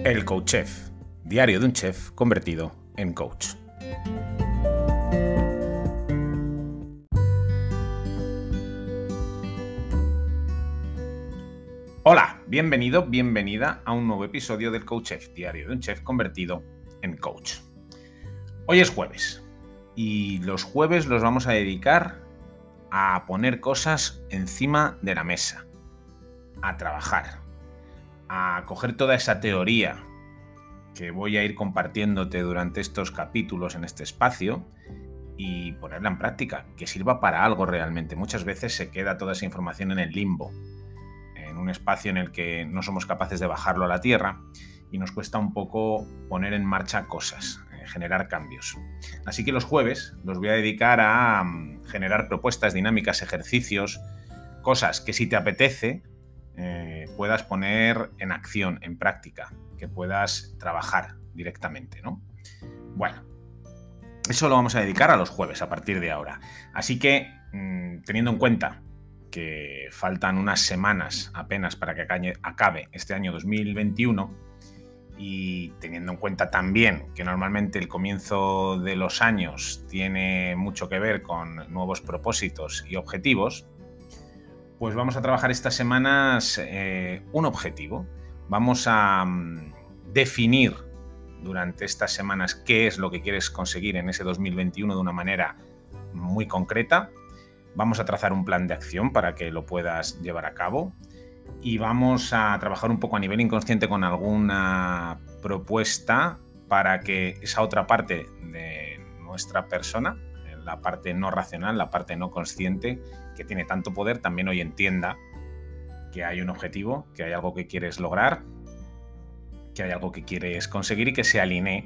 El Coach Chef, diario de un chef convertido en coach. Hola, bienvenido, bienvenida a un nuevo episodio del Coach Chef, diario de un chef convertido en coach. Hoy es jueves y los jueves los vamos a dedicar a poner cosas encima de la mesa, a trabajar, a coger toda esa teoría que voy a ir compartiéndote durante estos capítulos en este espacio y ponerla en práctica, que sirva para algo realmente. Muchas veces se queda toda esa información en el limbo, en un espacio en el que no somos capaces de bajarlo a la tierra y nos cuesta un poco poner en marcha cosas, generar cambios. Así que los jueves los voy a dedicar a generar propuestas, dinámicas, ejercicios, cosas que si te apetece puedas poner en acción, en práctica, que puedas trabajar directamente, ¿no? Bueno, eso lo vamos a dedicar a los jueves a partir de ahora. Así que, teniendo en cuenta que faltan unas semanas apenas para que acabe este año 2021 y teniendo en cuenta también que normalmente el comienzo de los años tiene mucho que ver con nuevos propósitos y objetivos, pues vamos a trabajar estas semanas un objetivo. Vamos a definir durante estas semanas qué es lo que quieres conseguir en ese 2021 de una manera muy concreta. Vamos a trazar un plan de acción para que lo puedas llevar a cabo y vamos a trabajar un poco a nivel inconsciente con alguna propuesta para que esa otra parte de nuestra persona, la parte no racional, la parte no consciente, que tiene tanto poder, también hoy entienda que hay un objetivo, que hay algo que quieres lograr, que hay algo que quieres conseguir y que se alinee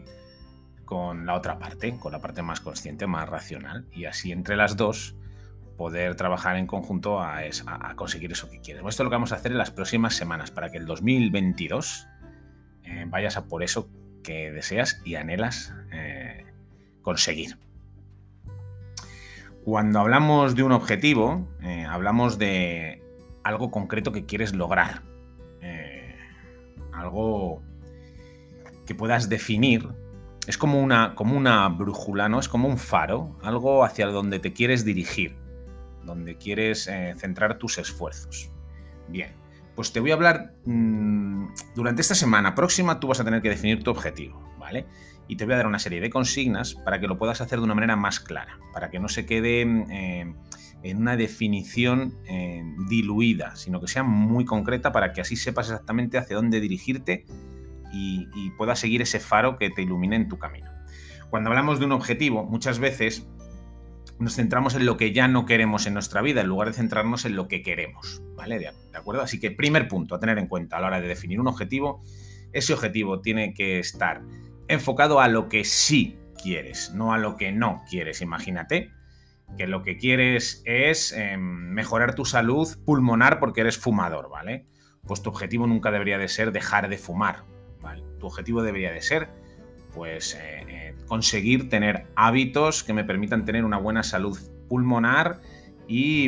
con la otra parte, con la parte más consciente, más racional, y así entre las dos poder trabajar en conjunto a conseguir eso que quieres. Esto es lo que vamos a hacer en las próximas semanas para que el 2022 vayas a por eso que deseas y anhelas conseguir. Cuando hablamos de un objetivo, hablamos de algo concreto que quieres lograr, algo que puedas definir. Es como una brújula, ¿no? Es como un faro, algo hacia donde te quieres dirigir, donde quieres centrar tus esfuerzos. Bien, pues te voy a hablar durante esta semana próxima. Tú vas a tener que definir tu objetivo, ¿vale? Y te voy a dar una serie de consignas para que lo puedas hacer de una manera más clara, para que no se quede en una definición diluida, sino que sea muy concreta para que así sepas exactamente hacia dónde dirigirte y puedas seguir ese faro que te ilumine en tu camino. Cuando hablamos de un objetivo, muchas veces nos centramos en lo que ya no queremos en nuestra vida en lugar de centrarnos en lo que queremos, ¿vale? ¿De acuerdo? Así que primer punto a tener en cuenta a la hora de definir un objetivo, ese objetivo tiene que estar enfocado a lo que sí quieres, no a lo que no quieres. Imagínate que lo que quieres es mejorar tu salud pulmonar porque eres fumador, ¿vale? Pues tu objetivo nunca debería de ser dejar de fumar, ¿vale? Tu objetivo debería de ser pues conseguir tener hábitos que me permitan tener una buena salud pulmonar y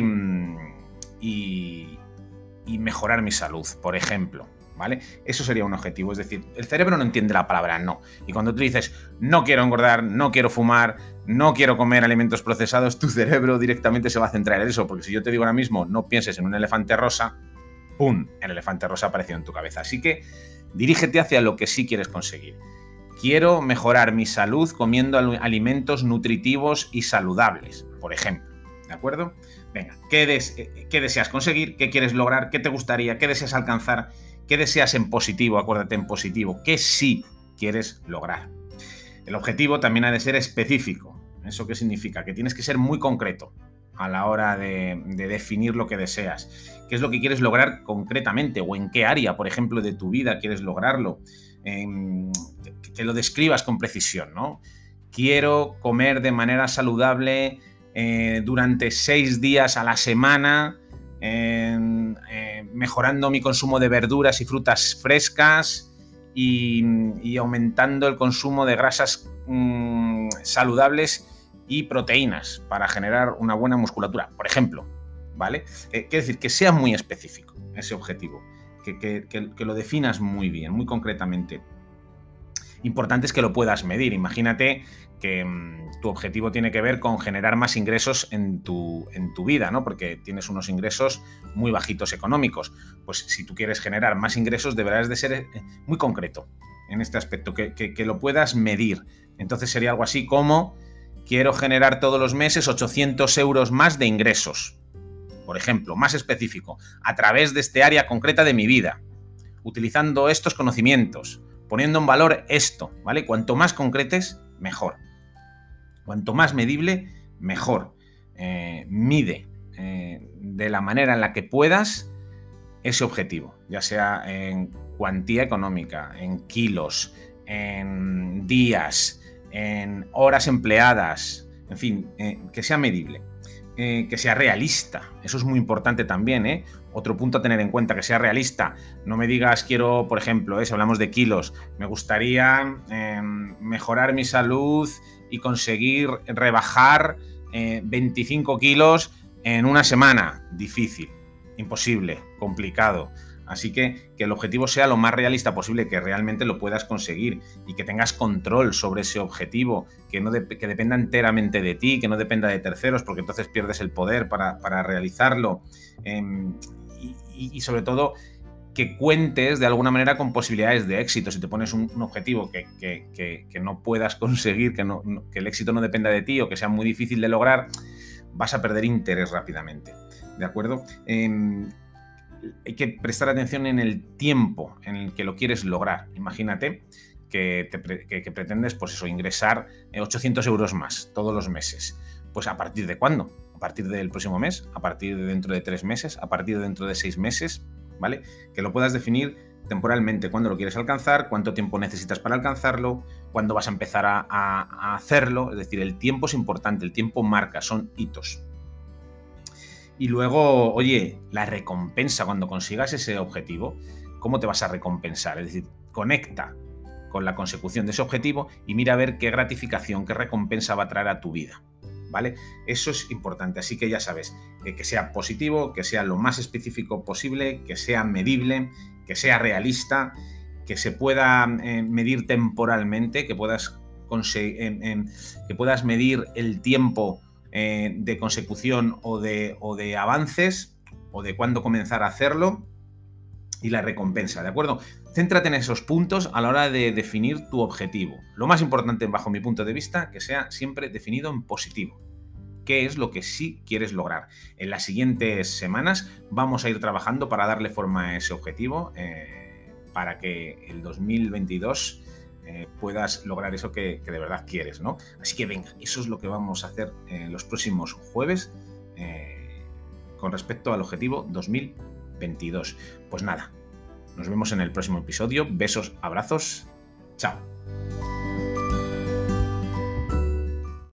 mejorar mi salud, por ejemplo, ¿vale? Eso sería un objetivo, es decir, el cerebro no entiende la palabra no. Y cuando tú dices no quiero engordar, no quiero fumar, no quiero comer alimentos procesados, tu cerebro directamente se va a centrar en eso, porque si yo te digo ahora mismo no pienses en un elefante rosa, ¡pum!, el elefante rosa ha aparecido en tu cabeza. Así que dirígete hacia lo que sí quieres conseguir. Quiero mejorar mi salud comiendo alimentos nutritivos y saludables, por ejemplo, ¿de acuerdo? Venga, ¿qué deseas conseguir? ¿Qué quieres lograr? ¿Qué te gustaría? ¿Qué deseas alcanzar? ¿Qué deseas en positivo? Acuérdate en positivo. ¿Qué sí quieres lograr? El objetivo también ha de ser específico. ¿Eso qué significa? Que tienes que ser muy concreto a la hora de definir lo que deseas. ¿Qué es lo que quieres lograr concretamente? ¿O en qué área, por ejemplo, de tu vida quieres lograrlo? Que lo describas con precisión, ¿no? Quiero comer de manera saludable durante 6 días a la semana, mejorando mi consumo de verduras y frutas frescas y aumentando el consumo de grasas saludables y proteínas para generar una buena musculatura, por ejemplo, ¿vale? Quiero decir, que sea muy específico ese objetivo, que lo definas muy bien, muy concretamente. Importante es que lo puedas medir. Imagínate que tu objetivo tiene que ver con generar más ingresos en tu vida, ¿no? Porque tienes unos ingresos muy bajitos económicos. Pues si tú quieres generar más ingresos, deberás de ser muy concreto en este aspecto, que lo puedas medir. Entonces sería algo así como: quiero generar todos los meses 800 euros más de ingresos, por ejemplo, más específico, a través de este área concreta de mi vida, utilizando estos conocimientos, poniendo en valor esto, ¿vale? Cuanto más concretes, mejor. Cuanto más medible, mejor. Mide de la manera en la que puedas ese objetivo, ya sea en cuantía económica, en kilos, en días, en horas empleadas, en fin, que sea medible. Que sea realista, eso es muy importante también, ¿eh? Otro punto a tener en cuenta, que sea realista. No me digas, quiero, por ejemplo, si hablamos de kilos, me gustaría mejorar mi salud y conseguir rebajar 25 kilos en una semana. Difícil, imposible, complicado. Así que el objetivo sea lo más realista posible, que realmente lo puedas conseguir y que tengas control sobre ese objetivo, que dependa enteramente de ti, que no dependa de terceros, porque entonces pierdes el poder para realizarlo. Y sobre todo, que cuentes de alguna manera con posibilidades de éxito. Si te pones un objetivo que no puedas conseguir, que el éxito no dependa de ti o que sea muy difícil de lograr, vas a perder interés rápidamente. ¿De acuerdo? Hay que prestar atención en el tiempo en el que lo quieres lograr. Imagínate que pretendes, pues eso, ingresar 800 euros más todos los meses. Pues ¿a partir de cuándo? ¿A partir del próximo mes? ¿A partir de dentro de 3 meses? ¿A partir de dentro de 6 meses? ¿Vale? Que lo puedas definir temporalmente, cuándo lo quieres alcanzar, cuánto tiempo necesitas para alcanzarlo, cuándo vas a empezar a hacerlo. Es decir, el tiempo es importante, el tiempo marca, son hitos. Y luego, oye, la recompensa cuando consigas ese objetivo, ¿cómo te vas a recompensar? Es decir, conecta con la consecución de ese objetivo y mira a ver qué gratificación, qué recompensa va a traer a tu vida, ¿vale? Eso es importante, así que ya sabes, que sea positivo, que sea lo más específico posible, que sea medible, que sea realista, que se pueda medir temporalmente, que puedas medir el tiempo de consecución o de avances, o de cuándo comenzar a hacerlo, y la recompensa, ¿de acuerdo? Céntrate en esos puntos a la hora de definir tu objetivo. Lo más importante, bajo mi punto de vista, que sea siempre definido en positivo. ¿Qué es lo que sí quieres lograr? En las siguientes semanas vamos a ir trabajando para darle forma a ese objetivo, para que el 2022 puedas lograr eso que de verdad quieres, ¿no? Así que venga, eso es lo que vamos a hacer en los próximos jueves con respecto al objetivo 2022. Pues nada, nos vemos en el próximo episodio. Besos, abrazos, chao.